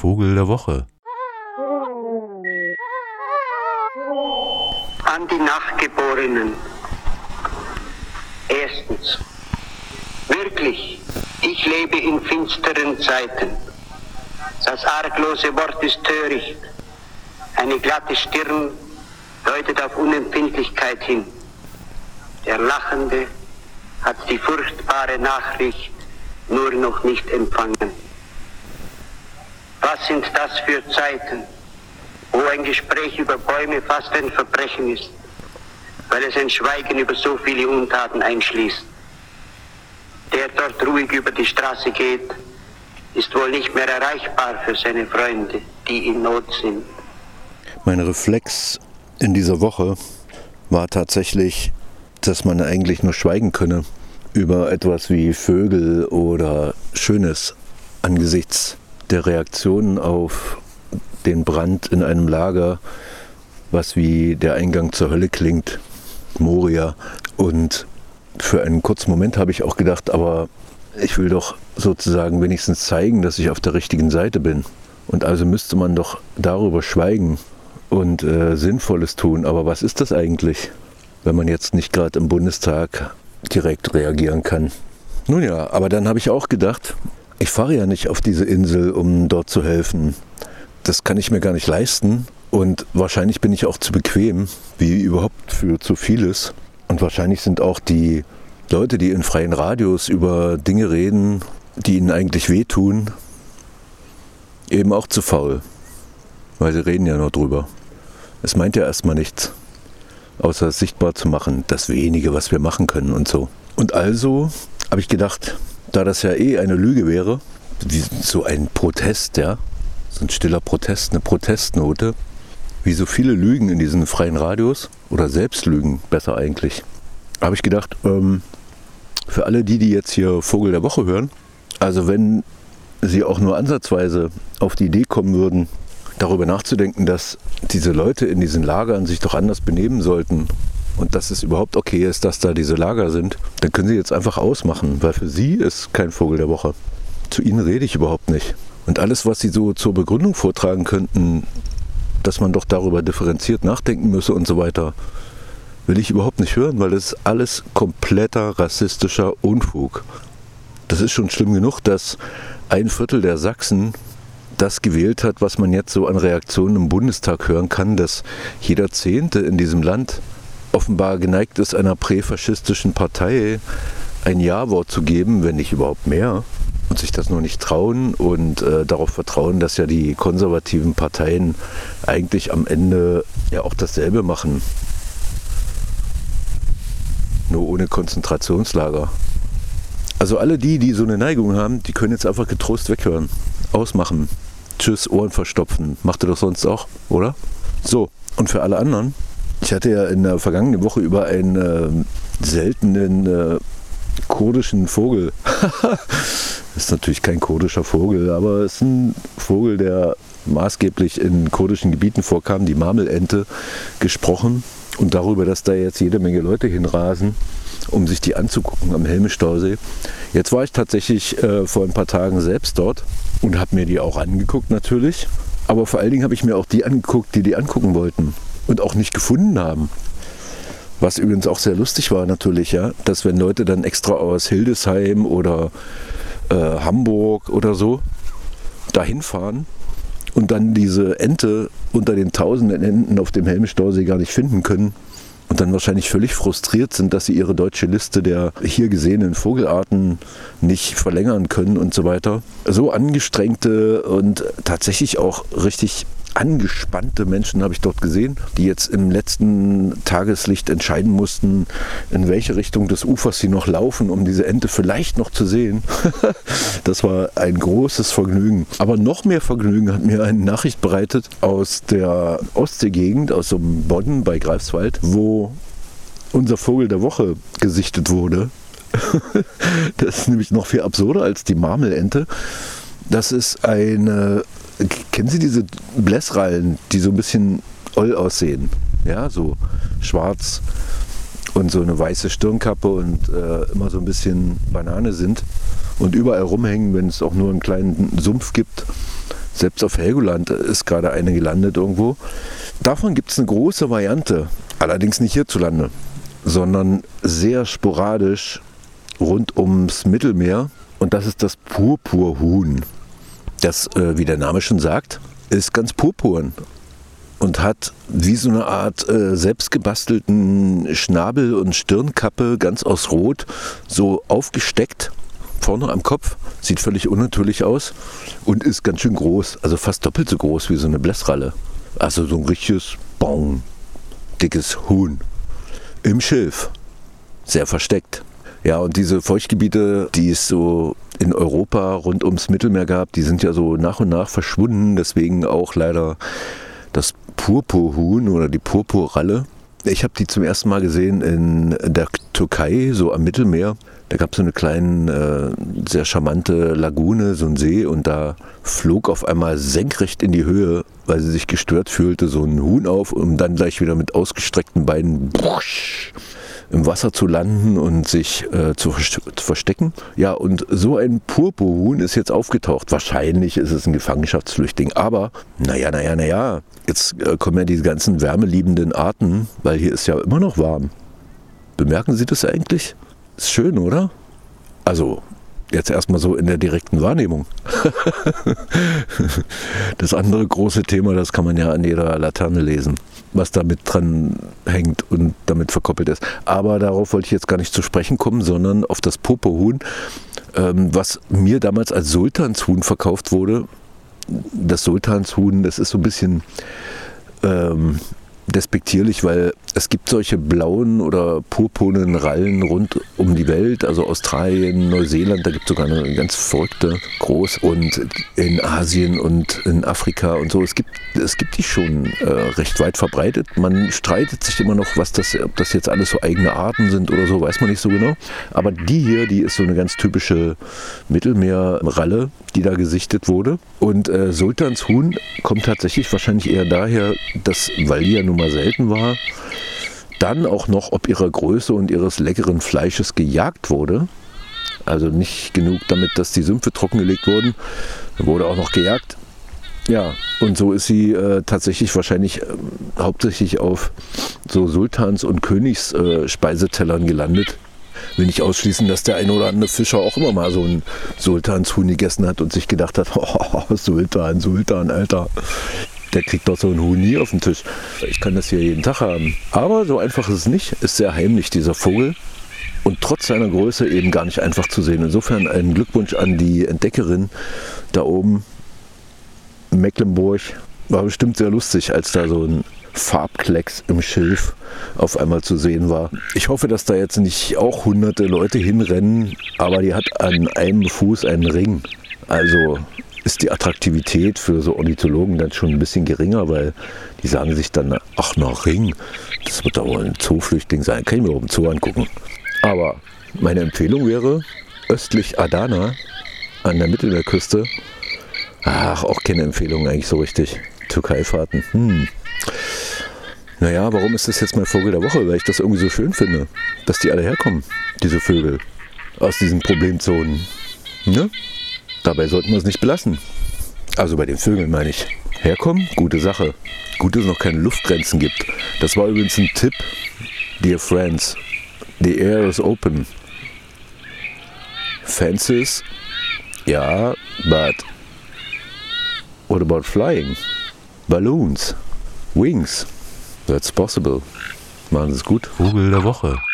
Vogel der Woche. An die Nachgeborenen. Erstens. Wirklich, ich lebe in finsteren Zeiten. Das arglose Wort ist töricht. Eine glatte Stirn deutet auf Unempfindlichkeit hin. Der Lachende hat die furchtbare Nachricht nur noch nicht empfangen. Was sind das für Zeiten, wo ein Gespräch über Bäume fast ein Verbrechen ist, weil es ein Schweigen über so viele Untaten einschließt. Der dort ruhig über die Straße geht, ist wohl nicht mehr erreichbar für seine Freunde, die in Not sind. Mein Reflex in dieser Woche war tatsächlich, dass man eigentlich nur schweigen könne über etwas wie Vögel oder Schönes angesichts der Reaktionen auf den Brand in einem Lager, was wie der Eingang zur Hölle klingt, Moria. Und für einen kurzen Moment habe ich auch gedacht, aber ich will doch sozusagen wenigstens zeigen, dass ich auf der richtigen Seite bin. Und also müsste man doch darüber schweigen und Sinnvolles tun. Aber was ist das eigentlich, wenn man jetzt nicht gerade im Bundestag direkt reagieren kann? Nun ja, aber dann habe ich auch gedacht, ich fahre ja nicht auf diese Insel, um dort zu helfen. Das kann ich mir gar nicht leisten und wahrscheinlich bin ich auch zu bequem, wie überhaupt für zu vieles. Und wahrscheinlich sind auch die Leute, die in freien Radios über Dinge reden, die ihnen eigentlich wehtun, eben auch zu faul. Weil sie reden ja nur drüber. Es meint ja erstmal nichts, außer es sichtbar zu machen, das Wenige, was wir machen können und so. Und also habe ich gedacht, da das ja eine Lüge wäre, wie so ein Protest, ja, so ein stiller Protest, eine Protestnote, wie so viele Lügen in diesen freien Radios, oder Selbstlügen besser eigentlich, habe ich gedacht, für alle die jetzt hier Vogel der Woche hören, also wenn sie auch nur ansatzweise auf die Idee kommen würden, darüber nachzudenken, dass diese Leute in diesen Lagern sich doch anders benehmen sollten und dass es überhaupt okay ist, dass da diese Lager sind, dann können sie jetzt einfach ausmachen, weil für sie ist kein Vogel der Woche. Zu ihnen rede ich überhaupt nicht. Und alles, was sie so zur Begründung vortragen könnten, dass man doch darüber differenziert nachdenken müsse und so weiter, will ich überhaupt nicht hören, weil das ist alles kompletter rassistischer Unfug. Das ist schon schlimm genug, dass 1/4 der Sachsen das gewählt hat, was man jetzt so an Reaktionen im Bundestag hören kann, dass jeder Zehnte in diesem Land offenbar geneigt ist, einer präfaschistischen Partei ein Ja-Wort zu geben, wenn nicht überhaupt mehr, und sich das nur nicht trauen und darauf vertrauen, dass ja die konservativen Parteien eigentlich am Ende ja auch dasselbe machen. Nur ohne Konzentrationslager. Also alle die so eine Neigung haben, die können jetzt einfach getrost weghören. Ausmachen. Tschüss, Ohren verstopfen. Macht ihr doch sonst auch, oder? So, und für alle anderen, ich hatte ja in der vergangenen Woche über einen seltenen kurdischen Vogel. Das ist natürlich kein kurdischer Vogel, aber es ist ein Vogel, der maßgeblich in kurdischen Gebieten vorkam, die Marmelente, gesprochen. Und darüber, dass da jetzt jede Menge Leute hinrasen, um sich die anzugucken am Helme-Stausee. Jetzt war ich tatsächlich vor ein paar Tagen selbst dort und habe mir die auch angeguckt natürlich. Aber vor allen Dingen habe ich mir auch die angeguckt, die angucken wollten und auch nicht gefunden haben. Was übrigens auch sehr lustig war natürlich, ja, dass wenn Leute dann extra aus Hildesheim oder Hamburg oder so dahin fahren und dann diese Ente unter den tausenden Enten auf dem Helme-Stausee gar nicht finden können und dann wahrscheinlich völlig frustriert sind, dass sie ihre deutsche Liste der hier gesehenen Vogelarten nicht verlängern können und so weiter. So angestrengte und tatsächlich auch richtig angespannte Menschen habe ich dort gesehen, die jetzt im letzten Tageslicht entscheiden mussten, in welche Richtung des Ufers sie noch laufen, um diese Ente vielleicht noch zu sehen. Das war ein großes Vergnügen. Aber noch mehr Vergnügen hat mir eine Nachricht bereitet aus der Ostseegegend, aus so einem Bodden bei Greifswald, wo unser Vogel der Woche gesichtet wurde. Das ist nämlich noch viel absurder als die Marmelente. Das ist eine... Kennen Sie diese Blässrallen, die so ein bisschen oll aussehen? Ja, so schwarz und so eine weiße Stirnkappe und immer so ein bisschen Banane sind und überall rumhängen, wenn es auch nur einen kleinen Sumpf gibt, Selbst auf Helgoland ist gerade eine gelandet irgendwo. Davon gibt es eine große Variante, allerdings nicht hierzulande, sondern sehr sporadisch rund ums Mittelmeer. Und das ist das Purpurhuhn. Das, wie der Name schon sagt, ist ganz purpurn und hat wie so eine Art selbstgebastelten Schnabel und Stirnkappe ganz aus Rot so aufgesteckt vorne am Kopf. Sieht völlig unnatürlich aus und ist ganz schön groß, also fast doppelt so groß wie so eine Blässralle. Also so ein richtiges, dickes Huhn im Schilf, sehr versteckt. Ja, und diese Feuchtgebiete, die es so in Europa rund ums Mittelmeer gab, die sind ja so nach und nach verschwunden. Deswegen auch leider das Purpurhuhn oder die Purpurralle. Ich habe die zum ersten Mal gesehen in der Türkei, so am Mittelmeer. Da gab es so eine kleine, sehr charmante Lagune, so ein See. Und da flog auf einmal senkrecht in die Höhe, weil sie sich gestört fühlte, so ein Huhn auf, um dann gleich wieder mit ausgestreckten Beinen im Wasser zu landen und sich zu verstecken. Ja, und so ein Purpurhuhn ist jetzt aufgetaucht. Wahrscheinlich ist es ein Gefangenschaftsflüchtling. Aber, naja, jetzt kommen ja diese ganzen wärmeliebenden Arten, weil hier ist ja immer noch warm. Bemerken Sie das eigentlich? Ist schön, oder? Also, jetzt erstmal so in der direkten Wahrnehmung. Das andere große Thema, das kann man ja an jeder Laterne lesen, was damit dran hängt und damit verkoppelt ist. Aber darauf wollte ich jetzt gar nicht zu sprechen kommen, sondern auf das Purpurhuhn, was mir damals als Sultanshuhn verkauft wurde. Das Sultanshuhn, das ist so ein bisschen despektierlich, weil es gibt solche blauen oder purpurnen Rallen rund um die Welt, also Australien, Neuseeland, da gibt es sogar eine ganz verrückte, groß, und in Asien und in Afrika und so. Es gibt die schon recht weit verbreitet. Man streitet sich immer noch, ob das jetzt alles so eigene Arten sind oder so, weiß man nicht so genau. Aber die hier, die ist so eine ganz typische Mittelmeerralle, die da gesichtet wurde. Und Sultanshuhn kommt tatsächlich wahrscheinlich eher daher, weil die ja nun mal selten war, dann auch noch ob ihrer Größe und ihres leckeren Fleisches gejagt wurde. Also nicht genug damit, dass die Sümpfe trockengelegt wurden, wurde auch noch gejagt. Ja, und so ist sie tatsächlich wahrscheinlich hauptsächlich auf so Sultans- und Königsspeisetellern gelandet. Will nicht ausschließen, dass der eine oder andere Fischer auch immer mal so ein Sultanshuhn gegessen hat und sich gedacht hat, oh, Sultan, Alter. Der kriegt doch so ein Huhn nie auf den Tisch. Ich kann das hier jeden Tag haben. Aber so einfach ist es nicht. Ist sehr heimlich, dieser Vogel. Und trotz seiner Größe eben gar nicht einfach zu sehen. Insofern einen Glückwunsch an die Entdeckerin da oben in Mecklenburg. War bestimmt sehr lustig, als da so ein Farbklecks im Schilf auf einmal zu sehen war. Ich hoffe, dass da jetzt nicht auch hunderte Leute hinrennen, aber die hat an einem Fuß einen Ring. Also ist die Attraktivität für so Ornithologen dann schon ein bisschen geringer, weil die sagen sich dann, ach, noch Ring, das wird doch wohl ein Zooflüchtling sein, kann ich mir auf dem Zoo angucken. Aber meine Empfehlung wäre, östlich Adana an der Mittelmeerküste, auch keine Empfehlung eigentlich so richtig, Türkeifahrten. Naja, warum ist das jetzt mein Vogel der Woche? Weil ich das irgendwie so schön finde, dass die alle herkommen, diese Vögel, aus diesen Problemzonen. Ne? Dabei sollten wir es nicht belassen. Also bei den Vögeln meine ich. Herkommen, gute Sache. Gut, dass es noch keine Luftgrenzen gibt. Das war übrigens ein Tipp, dear friends. The air is open. Fences, ja, but what about flying? Balloons, wings. That's possible. Machen Sie es gut. Vogel der Woche.